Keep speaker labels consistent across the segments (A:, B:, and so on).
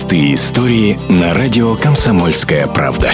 A: Простые истории на радио «Комсомольская правда».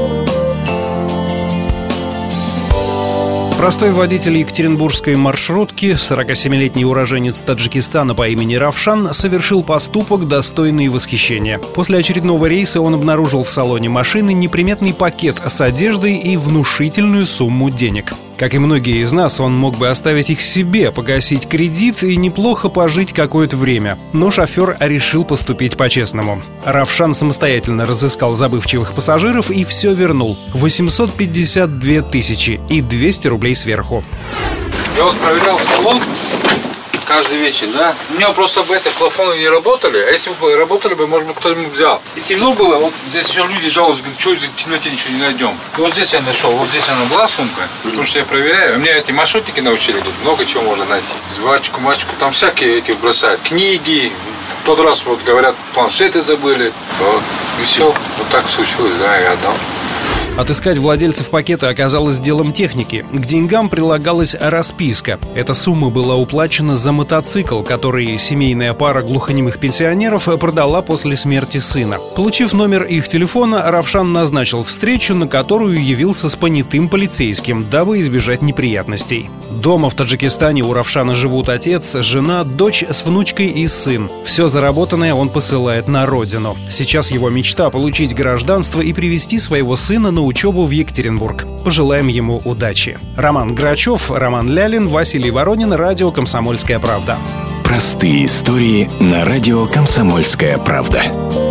B: Простой водитель екатеринбургской маршрутки, 47-летний уроженец Таджикистана по имени Равшан, совершил поступок, достойный восхищения. После очередного рейса он обнаружил в салоне машины неприметный пакет с одеждой и внушительную сумму денег. Как и многие из нас, он мог бы оставить их себе, погасить кредит и неплохо пожить какое-то время. Но шофер решил поступить по-честному. Равшан самостоятельно разыскал забывчивых пассажиров и все вернул. 852 тысячи и 200 рублей сверху.
C: Я вот проверял салон каждый вечер, да? У меня просто плафоны не работали, а если бы работали, может быть, кто-нибудь взял. И темно было, вот здесь еще люди жалуются, говорят, что в темноте ничего не найдем. И вот здесь я нашел, вот здесь она была сумка, потому что я проверяю. У меня эти маршрутники научили, тут много чего можно найти. Жвачку, мачку, там всякие эти бросают, книги. В тот раз, вот говорят, планшеты забыли. Вот. И все, вот так случилось, да, я отдал.
B: Отыскать владельцев пакета оказалось делом техники. К деньгам прилагалась расписка. Эта сумма была уплачена за мотоцикл, который семейная пара глухонемых пенсионеров продала после смерти сына. Получив номер их телефона, Равшан назначил встречу, на которую явился с понятым полицейским, дабы избежать неприятностей. Дома в Таджикистане у Равшана живут отец, жена, дочь с внучкой и сын. Все заработанное он посылает на родину. Сейчас его мечта — получить гражданство и привезти своего сына на учебу в Екатеринбург. Пожелаем ему удачи. Роман Грачев, Роман Лялин, Василий Воронин, радио «Комсомольская правда».
A: Простые истории на радио «Комсомольская правда».